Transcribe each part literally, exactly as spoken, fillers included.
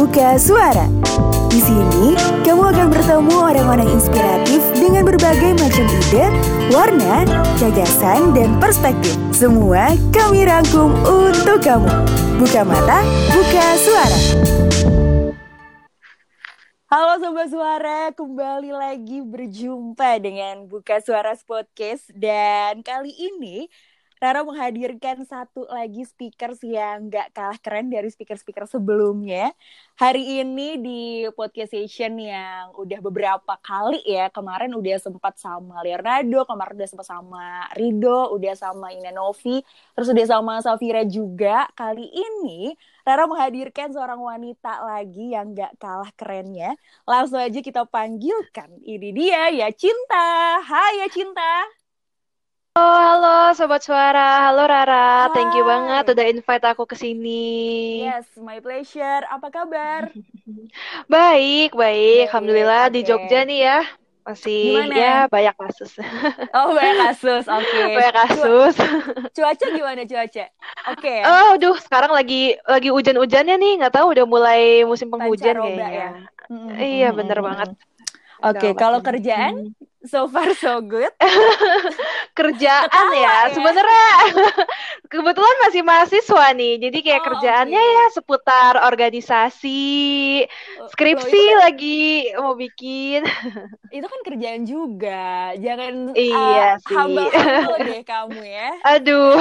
Buka Suara. Di sini, kamu akan bertemu orang-orang inspiratif dengan berbagai macam ide, warna, gagasan, dan perspektif. Semua kami rangkum untuk kamu. Buka mata, buka suara. Halo Sobat Suara, kembali lagi berjumpa dengan Buka Suara Podcast. Dan kali ini Rara menghadirkan satu lagi speaker yang gak kalah keren dari speaker-speaker sebelumnya. Hari ini di podcast session yang udah beberapa kali ya. Kemarin udah sempat sama Leonardo, kemarin udah sempat sama Rido, udah sama Ina Novi, terus udah sama Safira juga. Kali ini Rara menghadirkan seorang wanita lagi yang gak kalah kerennya. Langsung aja kita panggilkan. Ini dia ya Cinta. Hai ya Cinta. Halo, halo Sobat Suara. Halo Rara, thank you banget Hai. udah invite aku ke sini. Yes, my pleasure. Apa kabar? Baik, baik. Baik, Alhamdulillah di oke. Jogja nih ya. Masih Gimana? ya banyak kasus. Oh, banyak kasus. Oke. Banyak Cu- kasus. cuaca gimana cuaca? Oke ya. Oh, aduh, sekarang lagi lagi hujan-hujannya nih. Nggak tahu udah mulai musim penghujan Pancaroba ya. kayaknya. Mm, mm, Iya, mm, bener mm, banget. mm. Udah Oke, amat kalau ini. kerjaan Hmm. so far so good. Kerjaan Ketawa ya, ya. sebenarnya kebetulan masih mahasiswa nih, jadi kayak Oh, kerjaannya oke. ya seputar organisasi, Loh, itu skripsi kan lagi mau bikin. itu kan kerjaan juga. Jangan uh, Iya sih. humble-humble deh kamu ya. Aduh.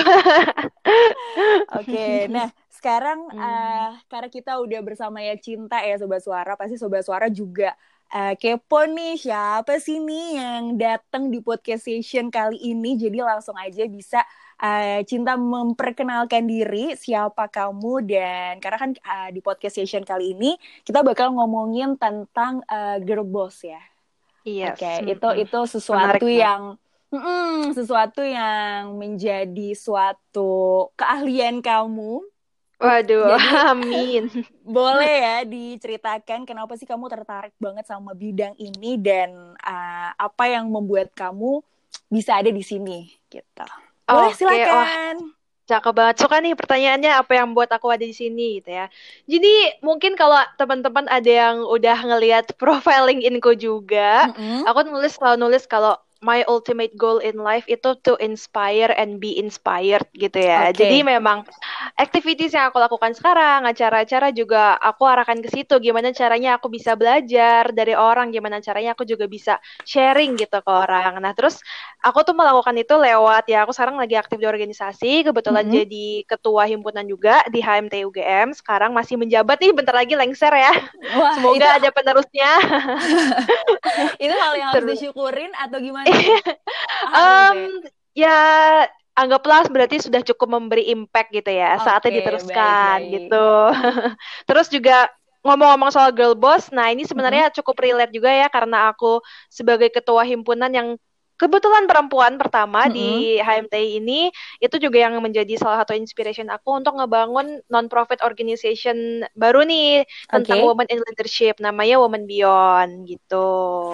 Oke, nah sekarang Hmm. uh, karena kita udah bersama ya Cinta ya Sobat Suara, pasti Sobat Suara juga uh, kepo nih siapa sih nih yang datang di podcast session kali ini. Jadi langsung aja bisa uh, Cinta memperkenalkan diri siapa kamu, dan karena kan uh, di podcast session kali ini kita bakal ngomongin tentang uh, girl boss ya. Yes. Oke, Hmm. itu itu Menarik sesuatu banget. yang mm, sesuatu yang menjadi suatu keahlian kamu. Waduh, Jadi amin. boleh ya diceritakan kenapa sih kamu tertarik banget sama bidang ini, dan uh, apa yang membuat kamu bisa ada di sini gitu. Boleh, Oke, wah, silakan. cakep banget. Suka nih pertanyaannya apa yang buat aku ada di sini gitu ya. Jadi mungkin kalau teman-teman ada yang udah ngelihat profile LinkedIn-ku juga, Mm-mm. aku nulis selalu nulis kalau my ultimate goal in life itu to inspire and be inspired gitu ya. Oke. Jadi memang activities yang aku lakukan sekarang, acara-acara juga aku arahkan ke situ. Gimana caranya aku bisa belajar dari orang, gimana caranya aku juga bisa sharing gitu ke orang. Nah, terus aku tuh melakukan itu lewat ya, aku sekarang lagi aktif di organisasi, kebetulan Mm-mm. jadi ketua himpunan juga di H M T U G M. Sekarang masih menjabat nih, bentar lagi lengser ya. Wah, itu Semoga ada penerusnya. itu hal yang harus Terus disyukurin atau gimana tuh? Harus Em, ya. ya anggaplah berarti sudah cukup memberi impact gitu ya. Saatnya Oke, diteruskan baik-baik. gitu. Terus juga ngomong-ngomong soal girl boss, nah ini Mm-mm. sebenarnya cukup relate juga ya karena aku sebagai ketua himpunan yang kebetulan perempuan pertama Mm-mm. di H M T I ini, itu juga yang menjadi salah satu inspiration aku untuk ngebangun non-profit organization baru nih tentang Oke. women in leadership, namanya Women Beyond gitu.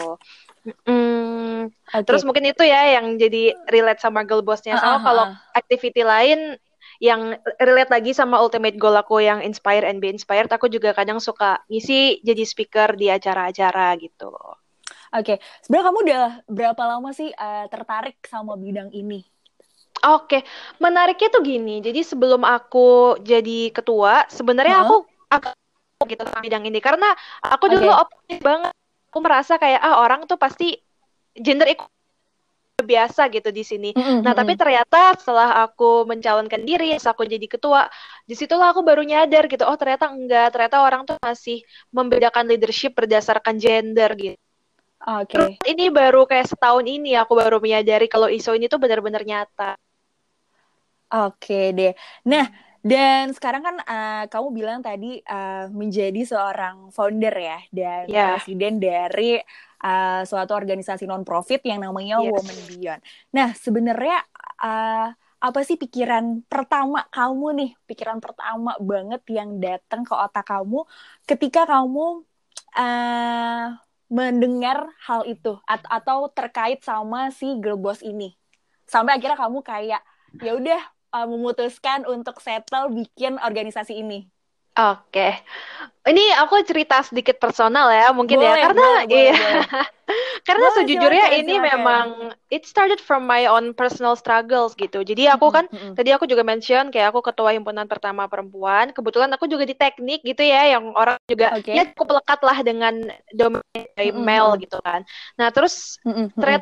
Mm, Terus Oke. mungkin itu ya yang jadi relate sama girl boss-nya. Ah, Sama ah, kalau ah. activity lain yang relate lagi sama ultimate goal aku yang inspire and be inspired, aku juga kadang suka ngisi jadi speaker di acara-acara gitu. Oke, sebenarnya kamu udah berapa lama sih uh, tertarik sama bidang ini? Oke, menariknya tuh gini. Jadi sebelum aku jadi ketua, sebenarnya Heeh. aku agak gitu sama bidang ini karena aku Oke. dulu optimis banget. Aku merasa kayak ah orang tuh pasti gender equality biasa gitu di sini. Mm-mm, Nah, tapi mm-mm. ternyata setelah aku mencalonkan diri, setelah aku jadi ketua, disitulah aku baru nyadar gitu. Oh, ternyata enggak. Ternyata orang tuh masih membedakan leadership berdasarkan gender gitu. Terus Oke. ini baru kayak setahun ini aku baru menyadari kalau isu ini tuh benar-benar nyata. Oke deh. Nah, dan sekarang kan uh, kamu bilang tadi uh, menjadi seorang founder ya dan Ya, presiden dari uh, suatu organisasi non-profit yang namanya yes. Women Beyond. Nah, sebenarnya uh, apa sih pikiran pertama kamu nih, pikiran pertama banget yang datang ke otak kamu ketika kamu uh, mendengar hal itu at- atau terkait sama si girl boss ini, sampai akhirnya kamu kayak ya udah uh, memutuskan untuk settle bikin organisasi ini? Oke. Ini aku cerita sedikit personal ya, mungkin ya, Boleh, karena boleh, boleh, iya, boleh. karena Boleh, sejujurnya silakan, ini silakan. memang it started from my own personal struggles gitu. Jadi aku Mm-mm, kan mm-mm. tadi aku juga mention kayak aku ketua himpunan pertama perempuan. Kebetulan aku juga di teknik gitu ya, yang orang juga ya Oke. cukup lekat lah dengan domain Mm-mm, male mm-mm. gitu kan. Nah terus Mm-mm, mm-mm. thread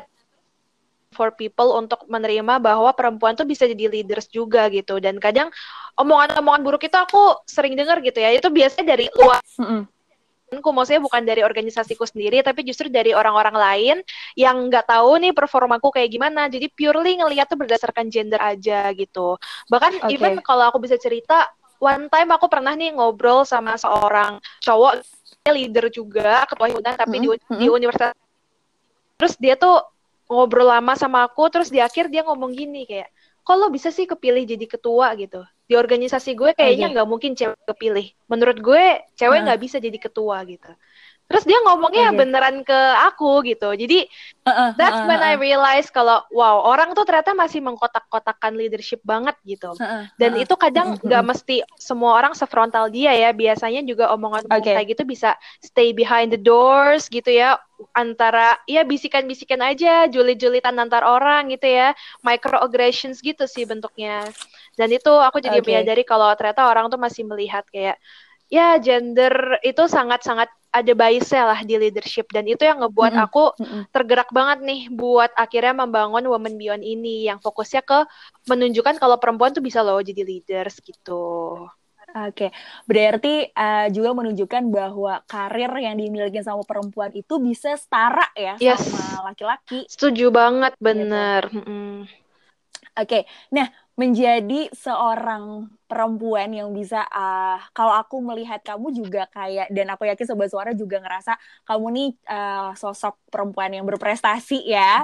for people untuk menerima bahwa perempuan tuh bisa jadi leaders juga gitu. Dan kadang omongan-omongan buruk itu aku sering dengar gitu ya. Itu biasanya dari luar, Mm-mm. maksudnya bukan dari organisasiku sendiri, tapi justru dari orang-orang lain yang nggak tahu nih performaku kayak gimana. Jadi purely ngeliat tuh berdasarkan gender aja gitu. Bahkan even Oke. kalau aku bisa cerita, one time aku pernah nih ngobrol sama seorang cowok, dia leader juga, ketua himpunan, tapi di, Mm-mm, di mm-mm. universitas. Terus dia tuh ngobrol lama sama aku, terus di akhir dia ngomong gini kayak, kok lo bisa sih kepilih jadi ketua gitu? Di organisasi gue kayaknya Oke. nggak mungkin cewek kepilih. Menurut gue, cewek Heeh, nggak bisa jadi ketua gitu. Terus dia ngomongnya oke. beneran ke aku gitu. Jadi Heeh, that's heeh, when I heeh. realize kalau wow, orang tuh ternyata masih mengkotak-kotakan leadership banget gitu. Heeh, Dan heeh. itu kadang Mm-mm, nggak mm-mm. mesti semua orang sefrontal dia ya. Biasanya juga omongan-omongan Oke. kayak gitu bisa stay behind the doors gitu ya. Antara ya bisikan-bisikan aja, julit-julitan antar orang gitu ya. Microaggressions gitu sih bentuknya. Dan itu aku jadi Oke. menyadari kalau ternyata orang tuh masih melihat kayak ya gender itu sangat-sangat ada biasnya lah di leadership, dan itu yang ngebuat Mm-mm, aku mm-mm. tergerak banget nih buat akhirnya membangun Women Beyond ini yang fokusnya ke menunjukkan kalau perempuan tuh bisa loh jadi leaders gitu. Oke, berarti eh, juga menunjukkan bahwa karir yang dimiliki sama perempuan itu bisa setara ya Yes, sama laki-laki setuju banget, gitu. bener. Mm-mm. Oke, nah menjadi seorang perempuan yang bisa, ah, kalau aku melihat kamu juga kayak, dan aku yakin Sobat Suara juga ngerasa kamu nih ah, sosok perempuan yang berprestasi ya.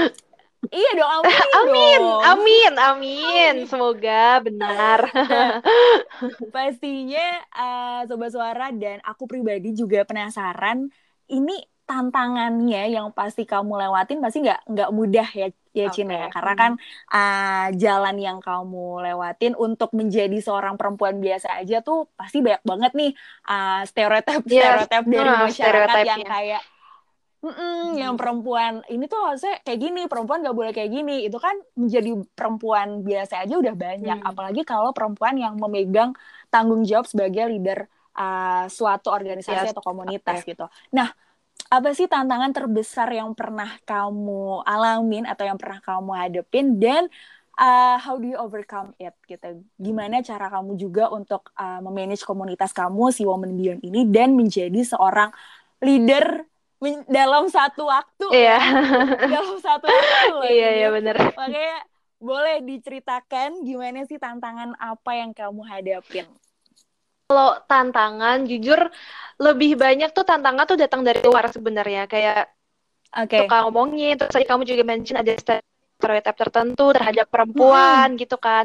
Iya dong, amin Amin, dong. amin, amin. Amin. Semoga benar. Nah, pastinya eh, Sobat Suara dan aku pribadi juga penasaran, ini tantangannya yang pasti kamu lewatin pasti nggak nggak mudah ya ya Cin ya, Oke. karena kan Hmm. eh, jalan yang kamu lewatin untuk menjadi seorang perempuan biasa aja tuh pasti banyak banget nih eh, Yes, stereotip-stereotip dari nah, masyarakat yang stereotipnya. kayak "Mm-mm, yang Mhm. perempuan ini tuh harusnya kayak gini, perempuan gak boleh kayak gini." Itu kan menjadi perempuan biasa aja udah banyak. Hmm. Apalagi kalau perempuan yang memegang tanggung jawab sebagai leader uh, suatu organisasi Yes, atau komunitas oke. gitu. Nah, apa sih tantangan terbesar yang pernah kamu alamin atau yang pernah kamu hadepin, dan uh, how do you overcome it gitu? Gimana cara kamu juga untuk uh, memanage komunitas kamu si Women Beyond ini dan menjadi seorang leader men- dalam satu waktu Iya. ya, dalam satu waktu loh Iya, iya ini. benar. Makanya boleh diceritakan gimana sih tantangan apa yang kamu hadapin? Kalau tantangan, jujur lebih banyak tuh tantangan tuh datang dari luar sebenarnya. Kayak Oke. suka ngomongin, terus tadi kamu juga mention ada stereotip tertentu terhadap perempuan Mm-mm. gitu kan.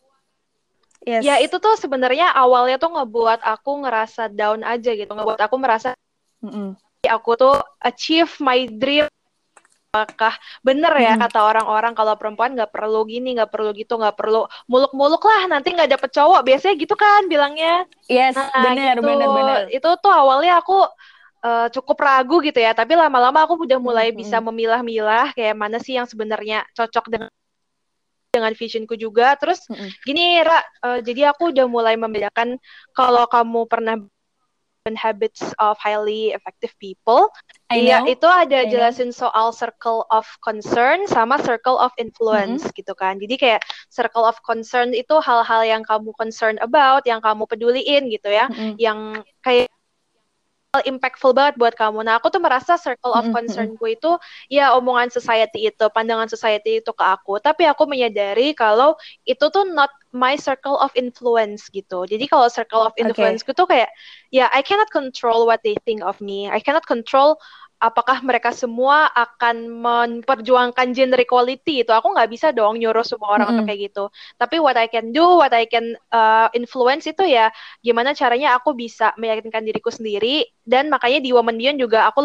Ya Yes. itu tuh sebenarnya awalnya tuh ngebuat aku ngerasa down aja gitu. Ngebuat aku merasa Mm-mm. aku tuh achieve my dream. Apakah bener ya Mm-mm. kata orang-orang kalau perempuan nggak perlu gini, nggak perlu gitu, nggak perlu muluk-muluk lah, nanti nggak dapet cowok. Biasanya gitu kan bilangnya. Yes, Nah benar, gitu, benar, benar. itu tuh awalnya aku uh, cukup ragu gitu ya, tapi lama-lama aku udah mulai Mm-mm. bisa Mm-mm. memilah-milah kayak mana sih yang sebenarnya cocok dengan dengan visionku juga. Terus Mm-mm. gini Ra, uh, jadi aku udah mulai membedakan kalau kamu pernah habits of highly effective people. I Iya, know, itu ada I know. jelasin soal circle of concern sama circle of Mm-mm. influence gitu kan. Jadi kayak circle of concern itu hal-hal yang kamu concern about, yang kamu peduliin gitu ya, Mm-mm. yang kayak impactful banget buat kamu. Nah, aku tuh merasa circle of Mm-mm. Mm-mm. concernku itu ya omongan society itu, pandangan society itu ke aku. Tapi aku menyadari kalau itu tuh not my circle of influence gitu. Jadi kalau circle of Oke. influenceku tuh kayak ya I cannot control what they think of me. I cannot control apakah mereka semua akan memperjuangkan gender equality itu. Aku nggak bisa dong nyuruh semua orang untuk Mm-mm. kayak gitu. Tapi what I can do, what I can uh, influence itu ya gimana caranya aku bisa meyakinkan diriku sendiri, dan makanya di Women Beyond juga aku lebih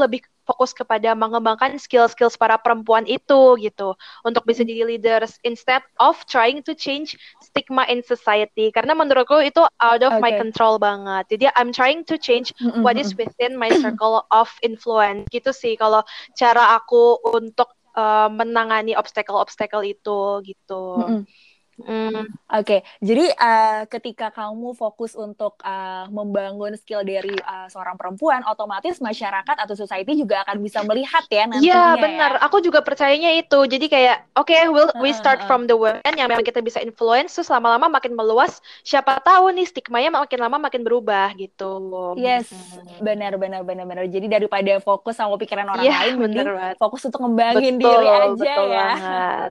fokus kepada mengembangkan skill-skills para perempuan itu gitu untuk bisa jadi leaders instead of trying to change stigma in society. Karena menurutku itu out of my Oke. control banget. Jadi I'm trying to change what is within my circle of influence gitu sih kalau cara aku untuk uh, menangani obstacle-obstacle itu gitu. Mm-mm. Mm. Oke, jadi uh, ketika kamu fokus untuk uh, membangun skill dari uh, seorang perempuan, otomatis masyarakat atau society juga akan bisa melihat ya nantinya Iya, ya. benar. Aku juga percayanya itu. Jadi kayak, oke, okay, we'll, we start Uh, uh, uh. from the women yang memang kita bisa influence, terus lama-lama makin meluas. Siapa tahu nih stigmanya makin lama makin berubah gitu. Yes, Hmm. benar, benar, benar, benar. Jadi daripada fokus sama pikiran orang Iya, lain, mending banget. fokus untuk ngembangin Betul, diri aja betul ya. banget.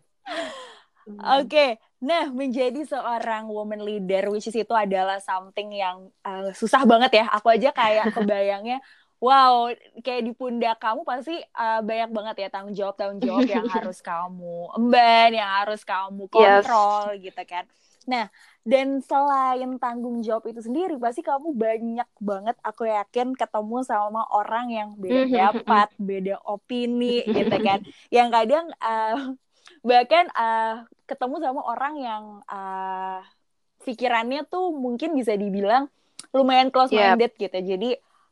Oke, okay. Nah menjadi seorang woman leader, which is itu adalah something yang uh, susah banget ya. Aku aja kayak kebayangnya, wow, kayak di pundak kamu pasti uh, banyak banget ya tanggung jawab tanggung jawab yang harus kamu emban, yang harus kamu kontrol yes. gitu kan. Nah, dan selain tanggung jawab itu sendiri, pasti kamu banyak banget, aku yakin, ketemu sama orang yang beda pendapat, beda opini gitu kan. Yang kadang uh, bahkan uh, ketemu sama orang yang uh, pikirannya tuh mungkin bisa dibilang lumayan close minded yep. gitu. Jadi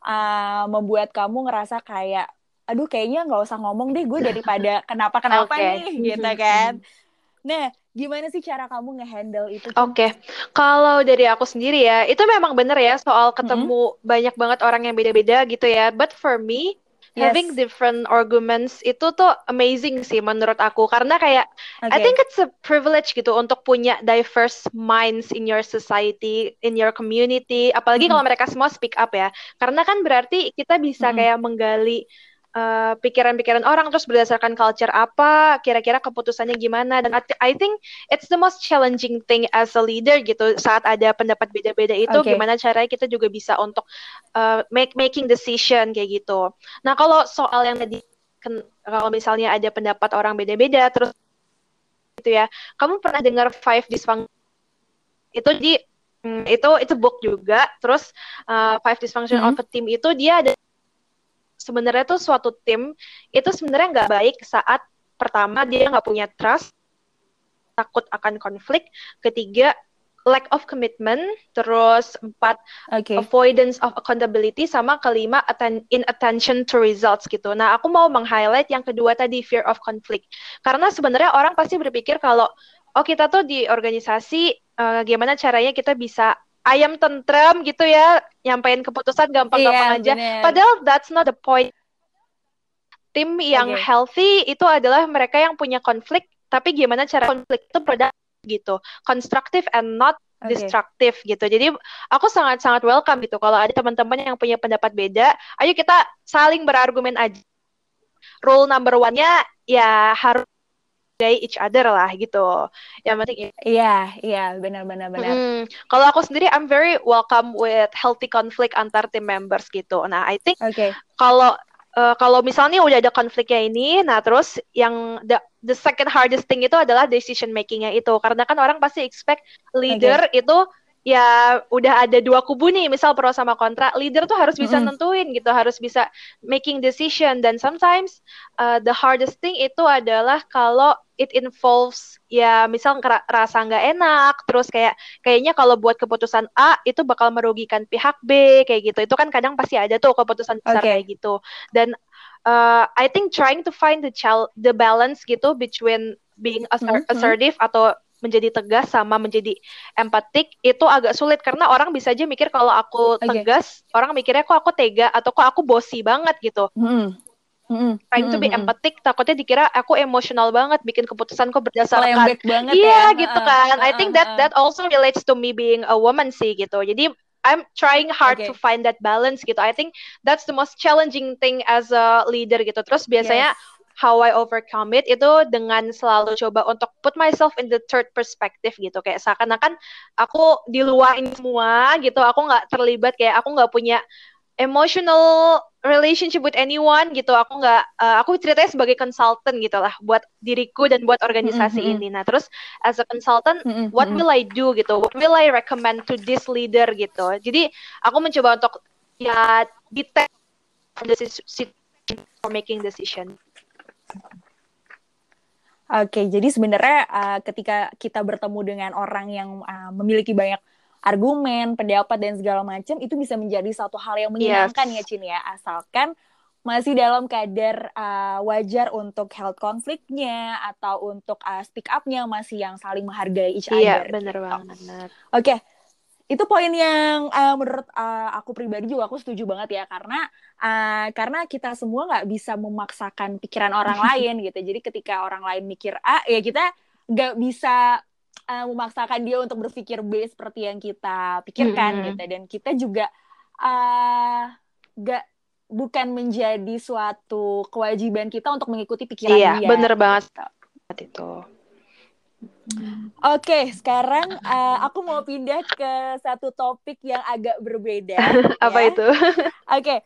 uh, membuat kamu ngerasa kayak, aduh kayaknya nggak usah ngomong deh gue daripada kenapa-kenapa okay. nih gitu kan. Nah, gimana sih cara kamu ngehandle itu? Oke, okay. Kalau dari aku sendiri ya, itu memang bener ya soal ketemu mm-hmm. banyak banget orang yang beda-beda gitu ya. But for me, yes. having different arguments itu tuh amazing sih menurut aku. Karena kayak, okay. I think it's a privilege gitu untuk punya diverse minds in your society, in your community. Apalagi mm-hmm. kalau mereka semua speak up ya. Karena kan berarti kita bisa mm-hmm. kayak menggali Uh, pikiran-pikiran orang, terus berdasarkan culture apa, kira-kira keputusannya gimana. Dan I think it's the most challenging thing as a leader gitu, saat ada pendapat beda-beda itu, okay. gimana caranya kita juga bisa untuk uh, make making decision kayak gitu. Nah, kalau soal yang tadi, kalau misalnya ada pendapat orang beda-beda, terus gitu ya, kamu pernah dengar Five Dysfunction? Itu di, hmm, itu itu book juga, terus uh, Five Dysfunction hmm. of a Team itu dia ada sebenarnya tuh suatu tim itu sebenarnya nggak baik saat pertama dia nggak punya trust, takut akan konflik, ketiga lack of commitment, terus empat okay. avoidance of accountability, sama kelima atten- inattention to results gitu. Nah aku mau meng-highlight yang kedua tadi, fear of conflict, karena sebenarnya orang pasti berpikir kalau oh kita tuh di organisasi uh, gimana caranya kita bisa ayam tentrem gitu ya, nyampein keputusan gampang-gampang yeah, aja. Bener. Padahal that's not the point. Tim yang okay. healthy itu adalah mereka yang punya konflik, tapi gimana cara konflik itu produktif gitu, constructive and not okay. destructive gitu. Jadi aku sangat-sangat welcome gitu kalau ada teman-teman yang punya pendapat beda. Ayo kita saling berargumen aja. Rule number one-nya ya harus each other lah gitu. Yang penting iya, yeah, iya, yeah, benar-benar benar. Hmm, kalau aku sendiri I'm very welcome with healthy conflict antar team members gitu. Nah, I think okay. kalau uh, kalau misalnya udah ada konfliknya ini, nah terus yang the the second hardest thing itu adalah decision making-nya itu. Karena kan orang pasti expect leader okay. itu ya udah ada dua kubu nih, misal pro sama kontra, leader tuh harus bisa mm-hmm. nentuin gitu, harus bisa making decision. Dan sometimes uh, the hardest thing itu adalah kalau it involves ya misal rasa nggak enak, terus kayak kayaknya kalau buat keputusan A itu bakal merugikan pihak B kayak gitu. Itu kan kadang pasti ada tuh keputusan besar okay. kayak gitu. Dan uh, I think trying to find the chal- the balance gitu between being assert- mm-hmm. assertive atau menjadi tegas sama menjadi empatik itu agak sulit, karena orang bisa aja mikir kalau aku okay. tegas, orang mikirnya kok aku tega atau kok aku bossy banget gitu. Mm-hmm. Mm-hmm. Trying to be empatic, takutnya dikira aku emosional banget bikin keputusan kok berdasarkan iya ya. gitu kan. Uh, uh, I think that that also relates to me being a woman sih gitu. Jadi I'm trying hard okay. to find that balance gitu. I think that's the most challenging thing as a leader gitu. Terus biasanya yes. how I overcome it itu dengan selalu coba untuk put myself in the third perspective gitu, kayak seakan-akan aku di luar ini semua gitu, aku nggak terlibat, kayak aku nggak punya emotional relationship with anyone gitu, aku nggak uh, aku ceritanya sebagai consultant gitu lah buat diriku dan buat organisasi mm-hmm. ini. Nah terus as a consultant mm-hmm. what will I do gitu, what will I recommend to this leader gitu. Jadi aku mencoba untuk ya detect the for making decision. Oke, jadi sebenarnya uh, ketika kita bertemu dengan orang yang uh, memiliki banyak argumen, pendapat dan segala macam, itu bisa menjadi satu hal yang menyenangkan Yes. ya Cin ya, asalkan masih dalam kadar uh, wajar untuk health konfliknya atau untuk uh, speak up-nya masih yang saling menghargai each Iya, other. bener Gitu. banget. Oke, itu poin yang uh, menurut uh, aku pribadi juga aku setuju banget ya, karena uh, karena kita semua nggak bisa memaksakan pikiran orang lain gitu. Jadi ketika orang lain mikir A, ya kita nggak bisa uh, memaksakan dia untuk berpikir B seperti yang kita pikirkan Mm-hmm. gitu. Dan kita juga uh, nggak bukan menjadi suatu kewajiban kita untuk mengikuti pikiran iya, dia. Iya, bener banget gitu. itu. Oke, okay, sekarang uh, aku mau pindah ke satu topik yang agak berbeda. Apa ya. itu? Oke. Okay.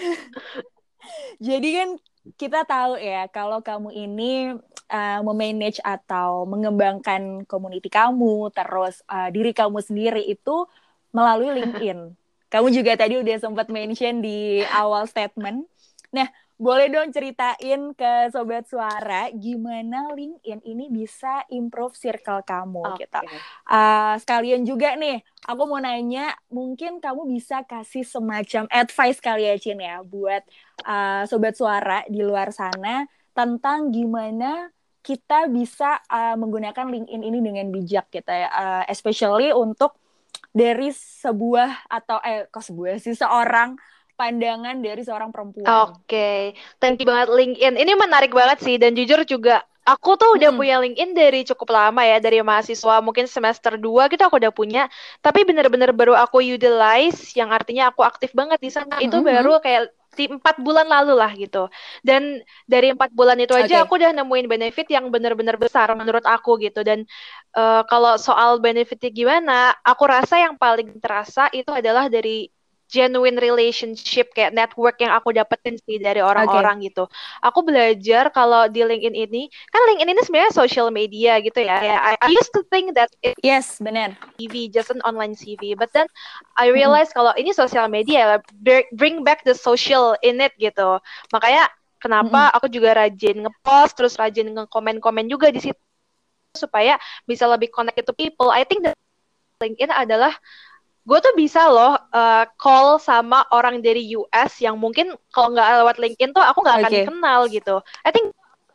Jadi kan kita tahu ya, kalau kamu ini uh, memanage atau mengembangkan community kamu, terus uh, diri kamu sendiri itu melalui LinkedIn. Kamu juga tadi udah sempat mention di awal statement. Nah, boleh dong ceritain ke Sobat Suara gimana LinkedIn ini bisa improve circle kamu okay. gitu. Uh, sekalian juga nih, aku mau nanya, mungkin kamu bisa kasih semacam advice kali ya Cin ya buat uh, Sobat Suara di luar sana tentang gimana kita bisa uh, menggunakan LinkedIn ini dengan bijak gitu ya, uh, especially untuk dari sebuah atau eh kok sebuah sih seorang pandangan dari seorang perempuan. Oke, okay. Thank you banget LinkedIn. Ini menarik banget sih, dan jujur juga aku tuh udah hmm. punya LinkedIn dari cukup lama ya, dari mahasiswa, mungkin semester dua gitu aku udah punya. Tapi bener-bener baru aku utilize, yang artinya aku aktif banget di sana, mm-hmm. itu baru kayak di empat bulan lalu lah gitu. Dan dari empat bulan itu aja okay. aku udah nemuin benefit yang bener-bener besar menurut aku gitu. Dan uh, kalau soal benefitnya gimana, aku rasa yang paling terasa itu adalah dari genuine relationship, kayak network yang aku dapetin sih dari orang-orang okay. gitu. Aku belajar kalau di LinkedIn ini, kan LinkedIn ini sebenarnya social media gitu ya. I, I used to think that it yes, benar. C V, just an online C V. But then I realized mm-hmm. kalau ini social media, bring back the social in it gitu. Makanya kenapa mm-hmm. aku juga rajin ngepost, terus rajin nge-komen-komen juga di situ supaya bisa lebih connect to people. I think that LinkedIn adalah gue tuh bisa loh uh, call sama orang dari U S yang mungkin kalau nggak lewat LinkedIn tuh aku nggak akan okay. kenal gitu. I think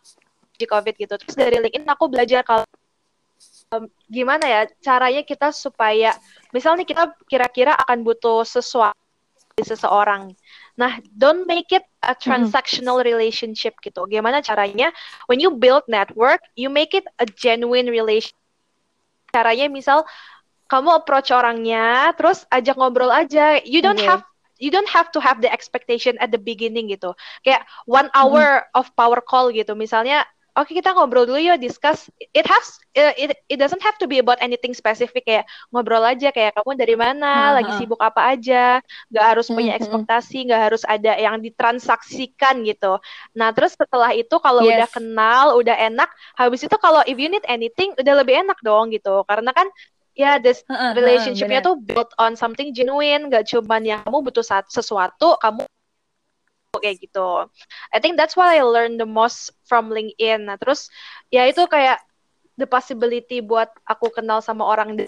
di COVID gitu. Terus dari LinkedIn aku belajar kalau um, gimana ya caranya kita supaya misalnya kita kira-kira akan butuh sesuatu dari seseorang. Nah, don't make it a transactional mm-hmm. relationship gitu. Gimana caranya when you build network, you make it a genuine relationship. Caranya misal kamu approach orangnya, terus ajak ngobrol aja. You don't okay. have you don't have to have the expectation at the beginning gitu. Kayak one hour mm-hmm. of power call gitu. Misalnya, oke okay, kita ngobrol dulu yuk, discuss. It has uh, it it doesn't have to be about anything specific, kayak ngobrol aja kayak kamu dari mana, uh-huh. lagi sibuk apa aja. Gak harus punya mm-hmm. ekspektasi, gak harus ada yang ditransaksikan gitu. Nah, terus setelah itu kalau yes. udah kenal, udah enak, habis itu kalau if you need anything udah lebih enak dong gitu. Karena kan ya, this uh, relationship-nya uh, tuh built on something genuine, gak cuman yang kamu butuh sesuatu, kamu kayak gitu. I think that's what I learned the most from LinkedIn. Nah, terus ya itu kayak the possibility buat aku kenal sama orang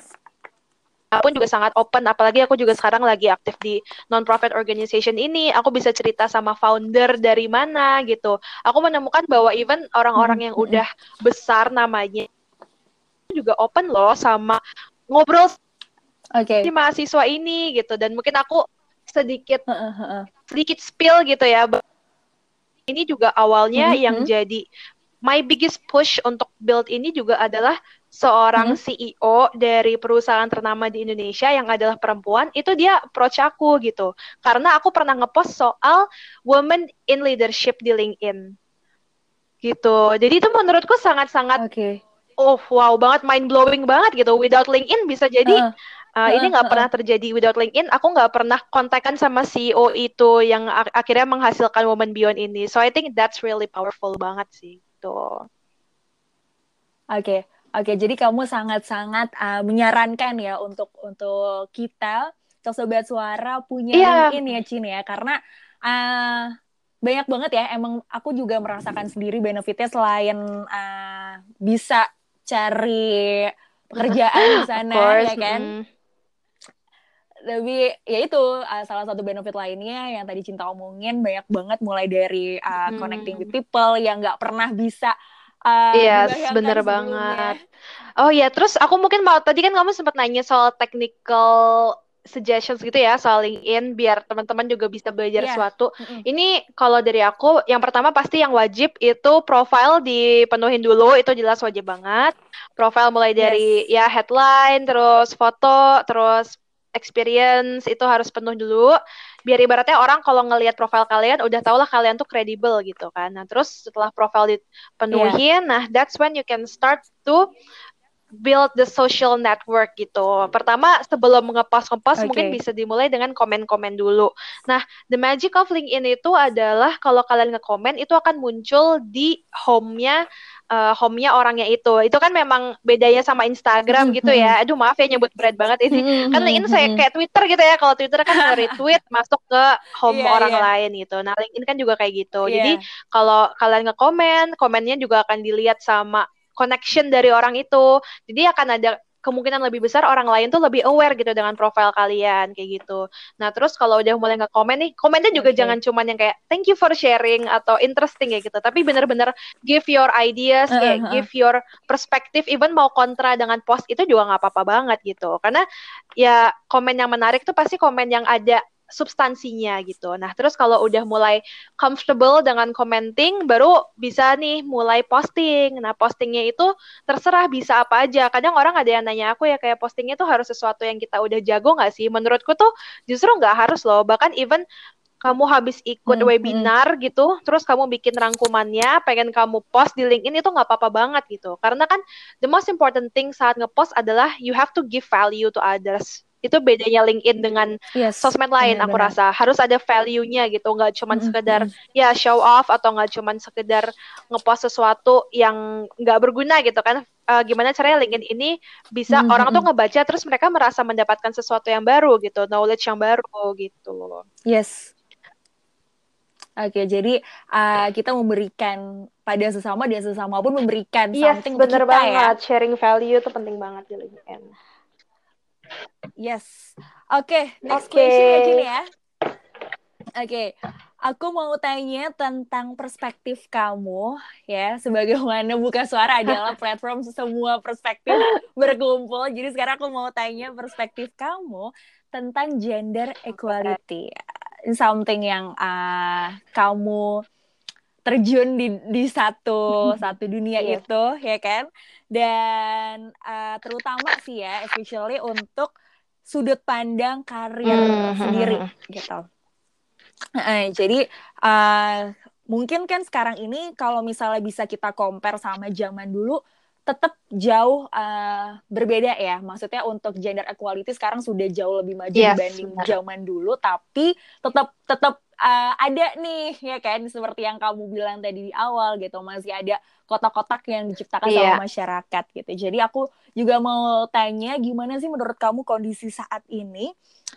pun juga sangat open, apalagi aku juga sekarang lagi aktif di non-profit organization ini, aku bisa cerita sama founder dari mana gitu. Aku menemukan bahwa even orang-orang yang udah besar namanya juga open loh sama ngobrol okay. si mahasiswa ini gitu. Dan mungkin aku sedikit uh, uh, uh. sedikit spill gitu ya. Ini juga awalnya mm-hmm. yang jadi my biggest push untuk build ini juga adalah seorang mm-hmm. C E O dari perusahaan ternama di Indonesia yang adalah perempuan. Itu dia approach aku gitu. Karena aku pernah ngepost soal women in leadership di LinkedIn. Gitu. Jadi itu menurutku sangat-sangat okay. oh wow banget, mind blowing banget gitu. Without LinkedIn bisa jadi uh, uh, ini nggak uh, pernah terjadi. Without LinkedIn aku nggak pernah kontakkan sama C E O itu yang ak- akhirnya menghasilkan Women Beyond ini. So I think that's really powerful banget sih. Tuh. Oke, okay. oke. Okay, jadi kamu sangat-sangat uh, menyarankan ya untuk untuk kita, untuk Sobat Suara punya yeah. LinkedIn ya Cin ya, karena uh, banyak banget ya. Emang aku juga merasakan sendiri benefitnya selain uh, bisa cari pekerjaan di Of sana course. ya kan. Mm-mm. Tapi ya itu uh, salah satu benefit lainnya yang tadi Cinta omongin banyak banget, mulai dari uh, connecting with Mm. people yang nggak pernah bisa uh, Yes, bener dibayangkan banget. sebelumnya. Oh ya, terus aku mungkin mau, tadi kan kamu sempat nanya soal technical suggestions gitu ya, soal LinkedIn, biar teman-teman juga bisa belajar Iya. sesuatu. Mm-mm. Ini kalau dari aku, yang pertama pasti yang wajib itu profile dipenuhin dulu, itu jelas wajib banget. Profile mulai dari Yes. ya headline, terus foto, terus experience, itu harus penuh dulu. Biar ibaratnya orang kalau ngelihat profile kalian, udah tau lah kalian tuh kredibel gitu kan. Nah, terus setelah profile Iya. dipenuhin, nah that's when you can start to build the social network gitu. Pertama, sebelum ngepost-ngepost Oke. mungkin Okay. bisa dimulai dengan komen-komen dulu. Nah, the magic of LinkedIn itu adalah kalau kalian ngekomen itu akan muncul di home-nya uh, home-nya orangnya itu. Itu kan memang bedanya sama Instagram gitu ya. Aduh, maaf ya nyebut brand banget ini. Kan LinkedIn saya kayak Twitter gitu ya. Kalau Twitter kan nge-retweet masuk ke home Iya, orang iya. lain gitu. Nah, LinkedIn kan juga kayak gitu. Jadi, Iya. kalau kalian ngekomen, komennya juga akan dilihat sama connection dari orang itu. Jadi akan ada kemungkinan lebih besar orang lain tuh lebih aware gitu dengan profile kalian kayak gitu. Nah, terus kalau udah mulai nge-komen nih, komennya juga Oke. jangan cuman yang kayak thank you for sharing atau interesting kayak gitu, tapi bener-bener give your ideas, Uh, kayak uh, uh. give your perspective, even mau kontra dengan post itu juga nggak apa-apa banget gitu. Karena ya komen yang menarik tuh pasti komen yang ada substansinya gitu. Nah, terus kalau udah mulai comfortable dengan commenting, baru bisa nih mulai posting. Nah, postingnya itu terserah bisa apa aja. Kadang orang ada yang nanya aku ya, kayak postingnya tuh harus sesuatu yang kita udah jago nggak sih? Menurutku tuh justru nggak harus loh. Bahkan even kamu habis ikut Hmm, hmm. webinar gitu, terus kamu bikin rangkumannya, pengen kamu post di LinkedIn itu nggak apa-apa banget gitu. Karena kan the most important thing saat ngepost adalah you have to give value to others. Itu bedanya LinkedIn dengan Yes, sosmed lain, aku benar-benar. rasa. Harus ada value-nya gitu, nggak cuma Hmm, sekedar hmm. ya show off atau nggak cuma sekedar ngepost sesuatu yang nggak berguna gitu kan. Uh, gimana caranya LinkedIn ini bisa Hmm, orang tuh hmm. ngebaca terus mereka merasa mendapatkan sesuatu yang baru gitu, knowledge yang baru gitu. Yes. Oke, jadi uh, kita memberikan pada sesama dan sesama pun memberikan Yes, something untuk bener kita ya. banget. Sharing value itu penting banget di LinkedIn. Yes. Oke, next Oke. question ya Cin ya. Oke, aku mau tanya tentang perspektif kamu ya. Sebagaimana Buka Suara adalah platform semua perspektif berkumpul. Jadi sekarang aku mau tanya perspektif kamu tentang gender equality. Something yang uh, kamu terjun di di satu satu dunia Yes. itu ya kan, dan uh, terutama sih ya especially untuk sudut pandang karir Mm-hmm. sendiri gitu. Nah, jadi uh, mungkin kan sekarang ini kalau misalnya bisa kita compare sama zaman dulu tetap jauh uh, berbeda ya. Maksudnya untuk gender equality sekarang sudah jauh lebih maju Yes, dibanding benar. zaman dulu, tapi tetap tetap uh, ada nih ya kan, seperti yang kamu bilang tadi di awal gitu, masih ada kotak-kotak yang diciptakan Iya. sama masyarakat gitu. Jadi aku juga mau tanya gimana sih menurut kamu kondisi saat ini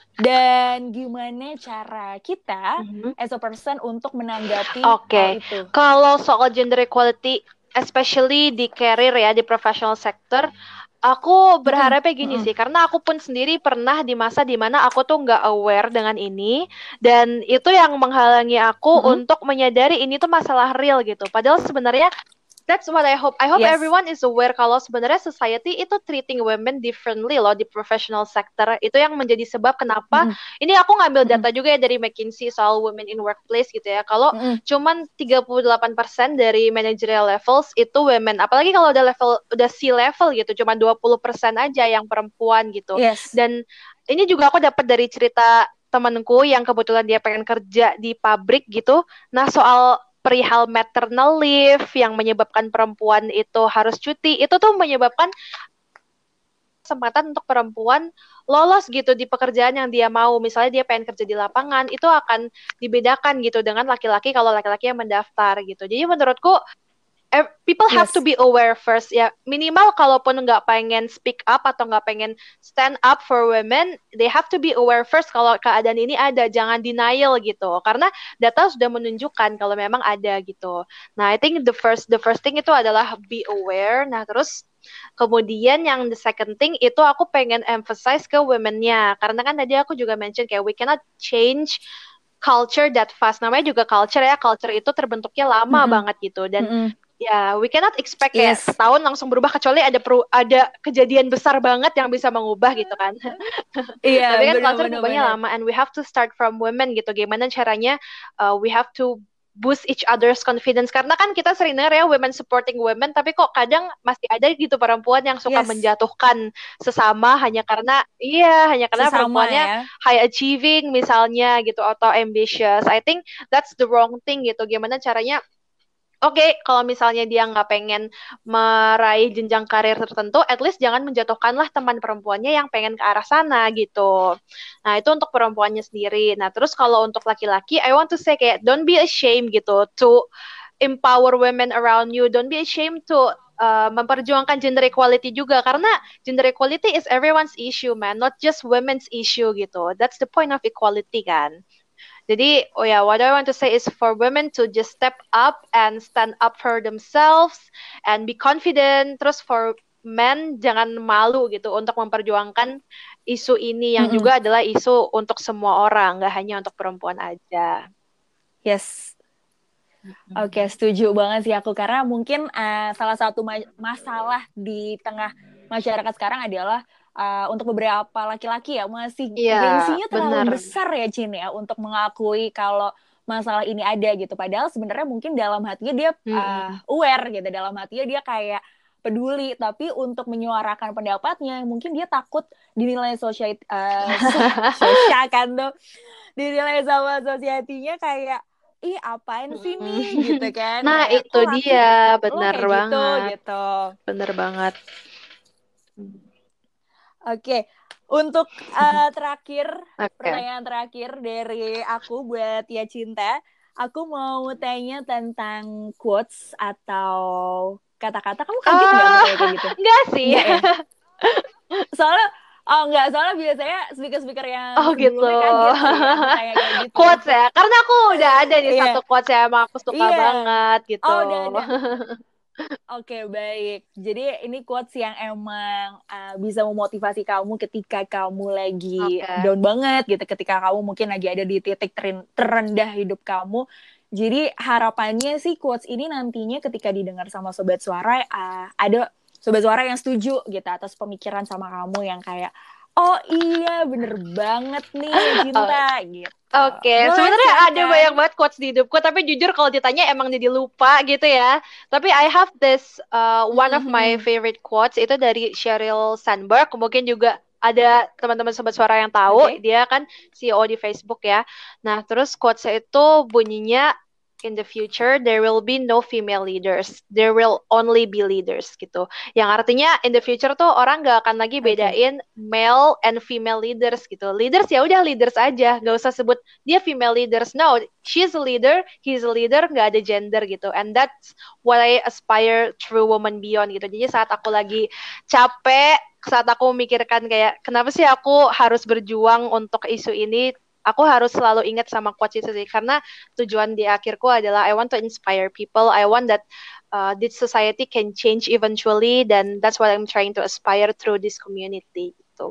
dan gimana cara kita Mm-hmm. as a person untuk menanggapi Oke, hal itu. kalau soal gender equality, especially di career ya, di professional sector, aku berharapnya gini Mm-mm. sih, karena aku pun sendiri pernah di masa dimana aku tuh nggak aware dengan ini, dan itu yang menghalangi aku Mm-mm. untuk menyadari ini tuh masalah real gitu. Padahal sebenarnya that's what I hope. I hope Yes. everyone is aware kalau sebenarnya society itu treating women differently loh di professional sector. Itu yang menjadi sebab kenapa. Mm-mm. Ini aku ngambil Mm-mm. data juga ya dari McKinsey soal women in workplace gitu ya. Kalau Mm-mm. cuman tiga puluh delapan persen dari managerial levels itu women. Apalagi kalau udah level udah C level gitu, cuma dua puluh persen aja yang perempuan gitu. Yes. Dan ini juga aku dapat dari cerita temanku yang kebetulan dia pengen kerja di pabrik gitu. Nah, soal perihal maternal leave yang menyebabkan perempuan itu harus cuti, itu tuh menyebabkan kesempatan untuk perempuan lolos gitu di pekerjaan yang dia mau. Misalnya dia pengen kerja di lapangan, itu akan dibedakan gitu dengan laki-laki kalau laki-laki yang mendaftar gitu. Jadi menurutku people have Yes. to be aware first ya, minimal kalaupun nggak pengen speak up atau nggak pengen stand up for women, they have to be aware first kalau keadaan ini ada, jangan denial gitu, karena data sudah menunjukkan kalau memang ada gitu. Nah, I think the first the first thing itu adalah be aware. Nah, terus kemudian yang the second thing itu aku pengen emphasize ke women-nya, karena kan tadi aku juga mention kayak we cannot change culture that fast. Namanya juga culture ya, culture itu terbentuknya lama Mm-mm. banget gitu, dan Mm-mm. ya, we cannot expect kayak Yes. setahun langsung berubah, kecuali ada peru, ada kejadian besar banget yang bisa mengubah gitu kan. Iya, Tapi kan culture benar-benar berubahnya benar. lama, and we have to start from women gitu. Gimana caranya uh, we have to boost each other's confidence, karena kan kita sering dengar ya women supporting women, tapi kok kadang masih ada gitu perempuan yang suka Yes. menjatuhkan sesama hanya karena iya hanya karena Sesama perempuannya ya. high achieving misalnya gitu atau ambitious. I think that's the wrong thing gitu. Gimana caranya Oke, kalau misalnya dia nggak pengen meraih jenjang karir tertentu, at least jangan menjatuhkanlah teman perempuannya yang pengen ke arah sana gitu. Nah, itu untuk perempuannya sendiri. Nah, terus kalau untuk laki-laki, I want to say kayak don't be ashamed gitu to empower women around you. Don't be ashamed to uh, memperjuangkan gender equality juga, karena gender equality is everyone's issue, man, not just women's issue gitu. That's the point of equality kan. Jadi, oh ya, what I want to say is for women to just step up and stand up for themselves and be confident. Terus for men jangan malu gitu untuk memperjuangkan isu ini yang Mm-mm. juga adalah isu untuk semua orang, nggak hanya untuk perempuan aja. Yes. Oke, setuju banget sih aku, karena mungkin uh, salah satu ma- masalah di tengah masyarakat sekarang adalah uh, untuk beberapa laki-laki ya masih Iya, gengsinya benar. terlalu besar ya, Cin ya, untuk mengakui kalau masalah ini ada gitu. Padahal sebenarnya mungkin dalam hatinya dia uh, Mm-mm. aware gitu, dalam hatinya dia kayak peduli, tapi untuk menyuarakan pendapatnya mungkin dia takut dinilai sosial uh, sosial kan tuh, dinilai sama society-nya kayak ih apain sih nih gitu kan, Nah, kayak itu kok laki dia, lo bener kayak gitu banget, gitu. bener banget. Oke, untuk uh, terakhir Oke. pertanyaan terakhir dari aku buat Tia Cinta, aku mau tanya tentang quotes atau kata-kata. Kamu kaget nggak aku Ah, tanya kayak gitu? enggak sih. Enggak ya? Soalnya oh enggak, soalnya biasanya speaker-speaker yang Oh gitu. sebelumnya kaget sih aku tanya kayak gitu. Quotes ya, karena aku udah ada nih Iya, satu quotes yang emang aku suka iya. banget gitu. Oh udah ada. Oke, baik. Jadi ini quotes yang emang uh, bisa memotivasi kamu ketika kamu lagi Oke. down banget gitu, ketika kamu mungkin lagi ada di titik terin- terendah hidup kamu. Jadi harapannya sih quotes ini nantinya ketika didengar sama sobat suara, uh, ada sobat suara yang setuju gitu atas pemikiran sama kamu yang kayak, oh iya bener banget nih ya Cinta gitu. Oke, Boleh sebenarnya ada banyak silakan. banget quotes di hidupku, tapi jujur kalau ditanya emang jadi lupa gitu ya. Tapi I have this uh, one of my Mm-hmm. favorite quotes itu dari Sheryl Sandberg. Mungkin juga ada teman-teman sobat suara yang tahu, Oke. dia kan C E O di Facebook ya. Nah, terus quotesnya itu bunyinya in the future there will be no female leaders, there will only be leaders gitu. Yang artinya in the future tuh orang gak akan lagi Oke. bedain male and female leaders gitu. Leaders ya udah leaders aja, gak usah sebut dia female leaders. No, she's a leader, he's a leader, gak ada gender gitu. And that's what I aspire through Women Beyond gitu. Jadi saat aku lagi capek, saat aku memikirkan kayak kenapa sih aku harus berjuang untuk isu ini, aku harus selalu ingat sama quotes itu sih, karena tujuan di akhirku adalah I want to inspire people, I want that uh, this society can change eventually, dan that's what I'm trying to aspire through this community gitu.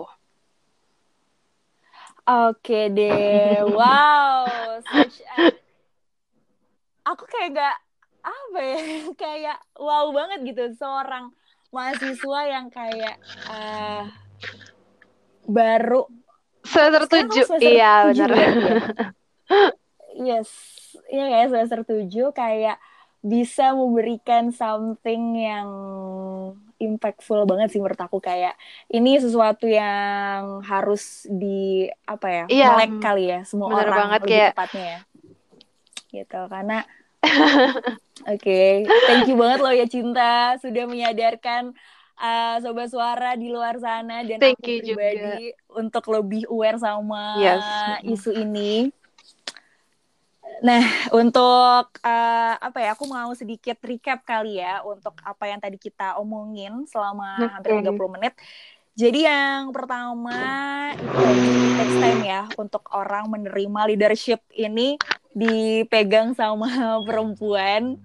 Oke deh, wow, such a... aku kayak gak apa ya, kayak wow banget gitu, seorang mahasiswa yang kayak uh, baru semester sekarang kamu tujuh, semester iya tujuh benar. berarti ya? Yes, iya kayak semester tujuh kayak bisa memberikan something yang impactful banget sih menurut aku, kayak ini sesuatu yang harus di apa ya, Iya, melek kali ya semua bener orang banget lebih kayak tepatnya ya gitu, karena oke, okay, thank you banget loh ya Cinta sudah menyadarkan uh, sobat suara di luar sana dan thank aku you juga. pribadi untuk lebih aware sama Yes. isu ini. Nah, untuk uh, apa ya, aku mau sedikit recap kali ya untuk apa yang tadi kita omongin selama hampir tiga puluh menit. Jadi yang pertama itu tadi it takes time ya untuk orang menerima leadership ini dipegang sama perempuan.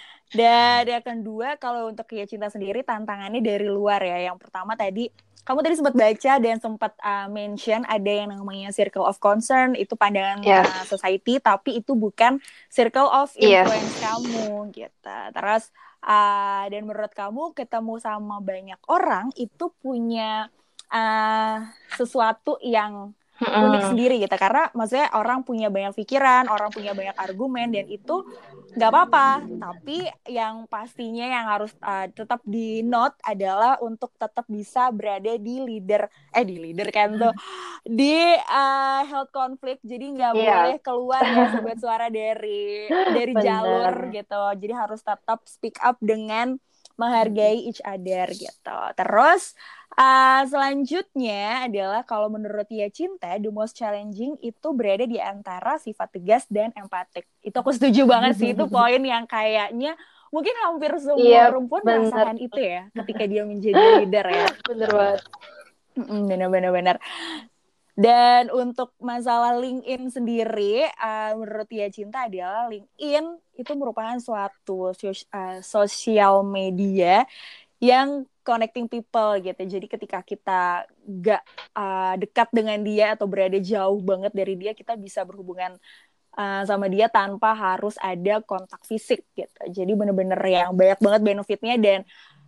Dan yang kedua, kalau untuk Kia Cinta sendiri tantangannya dari luar ya. Yang pertama tadi, kamu tadi sempat baca dan sempat uh, mention ada yang namanya circle of concern, itu pandangan yes. uh, society, tapi itu bukan circle of influence yes. kamu gitu. Terus, uh, dan menurut kamu ketemu sama banyak orang itu punya uh, sesuatu yang unik sendiri gitu, karena maksudnya orang punya banyak pikiran, orang punya banyak argumen, dan itu nggak apa-apa, tapi yang pastinya yang harus uh, tetap di note adalah untuk tetap bisa berada di leader eh di leader kan tuh di uh, health conflict, jadi nggak yeah. boleh keluar ya sobat suara dari dari jalur gitu, jadi harus tetap speak up dengan menghargai each other gitu. Terus uh, selanjutnya adalah kalau menurut Kia Cinta, the most challenging itu berada di antara sifat tegas dan empatik. Itu aku setuju banget sih, itu poin yang kayaknya mungkin hampir semua iya, perempuan bener. merasakan itu ya ketika dia menjadi leader ya. Bener banget. Bener-bener. Dan untuk masalah LinkedIn sendiri, uh, menurut Tia Cinta adalah LinkedIn itu merupakan suatu sos- uh, sosial media yang connecting people gitu. Jadi ketika kita gak uh, dekat dengan dia atau berada jauh banget dari dia, kita bisa berhubungan uh, sama dia tanpa harus ada kontak fisik gitu. Jadi bener-bener yang banyak banget benefitnya, dan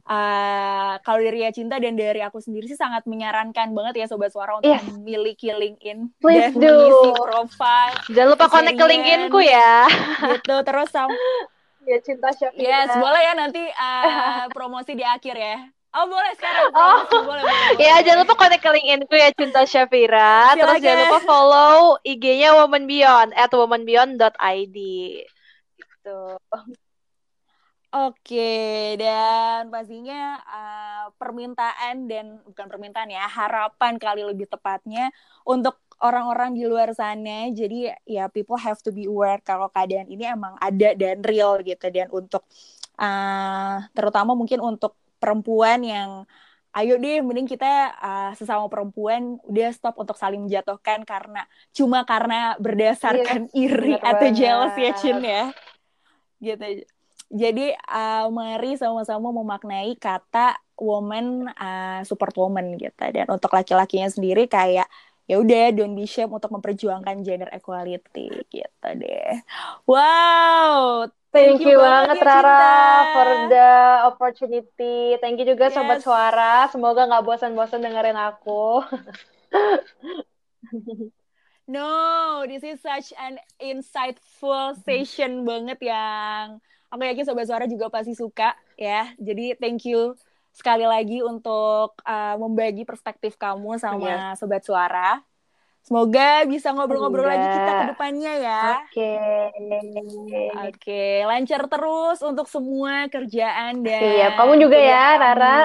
Uh, kalau dari Ria Cinta dan dari aku sendiri sih sangat menyarankan banget ya Sobat Suara untuk yes. memiliki LinkedIn Please dan do. mengisi profile. Jangan lupa connect ke LinkedIn-ku ya. Gitu, terus sama ya Cinta Syafira. Yes, boleh ya nanti uh, promosi di akhir ya. Oh boleh sekarang promosi, oh. boleh, boleh, boleh. Ya jangan lupa connect ke LinkedIn-ku ya Cinta Syafira. Terus jangan lupa follow I G-nya Woman Beyond at woman beyond dot i d. Gitu. Oke, dan pastinya uh, permintaan dan bukan permintaan ya, harapan kali lebih tepatnya untuk orang-orang di luar sana. Jadi ya people have to be aware kalau keadaan ini emang ada dan real gitu. Dan untuk uh, terutama mungkin untuk perempuan yang ayo deh mending kita uh, sesama perempuan udah stop untuk saling menjatuhkan karena cuma karena berdasarkan yes, iri atau banget. jealous ya Cin ya. Gitu. Jadi uh, mari sama-sama memaknai kata woman uh, support woman gitu. Dan untuk laki-lakinya sendiri kayak ya udah don't be shame untuk memperjuangkan gender equality gitu deh. Wow, thank, thank you, you banget ya, Rara Cinta. For the opportunity. Thank you juga yes. Sobat Suara. Semoga nggak bosan-bosan dengerin aku. No, this is such an insightful session banget yang aku yakin Sobat Suara juga pasti suka ya. Jadi thank you sekali lagi untuk uh, membagi perspektif kamu sama yes. Sobat Suara. Semoga bisa ngobrol-ngobrol Enggak. lagi kita ke depannya ya. Oke. Okay. Oke, okay. Lancar terus untuk semua kerjaan dan Siap, kamu juga ya, kamu. Rara.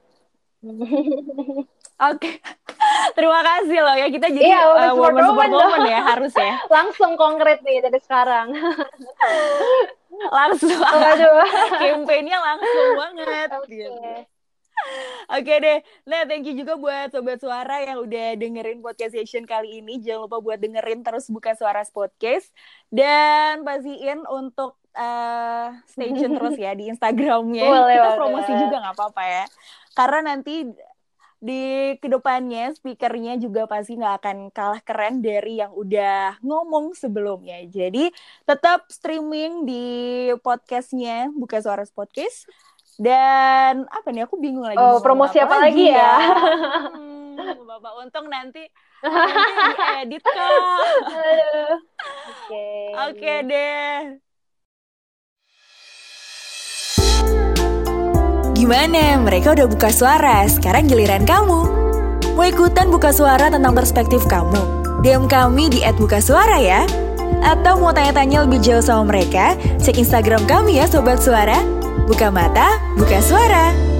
Oke, okay. Terima kasih loh ya, kita jadi iya, uh, woman support woman ya harus ya. Langsung konkret nih dari sekarang. Langsung. Aduh. Campaign-nya langsung banget. Oke. Okay. Oke okay deh. Nah, thank you juga buat Sobat Suara yang udah dengerin podcast session kali ini. Jangan lupa buat dengerin terus Buka Suara Podcast. Dan pastiin untuk uh, stay tune terus ya di Instagramnya. Boleh, kita boleh. promosi juga gak apa-apa ya. Karena nanti di kedepannya speakernya juga pasti nggak akan kalah keren dari yang udah ngomong sebelumnya. Jadi tetap streaming di podcastnya Buka Suara Podcast. Dan apa nih, aku bingung lagi. Oh, promosi apa, apa lagi ya? ya? Hmm, Bapak untung nanti nanti diedit kok. Oke. Oke deh. Gimana? Mereka udah buka suara, sekarang giliran kamu. Mau ikutan buka suara tentang perspektif kamu? D M kami di et buka suara ya. Atau mau tanya-tanya lebih jauh sama mereka? Cek Instagram kami ya Sobat Suara. Buka mata, buka suara.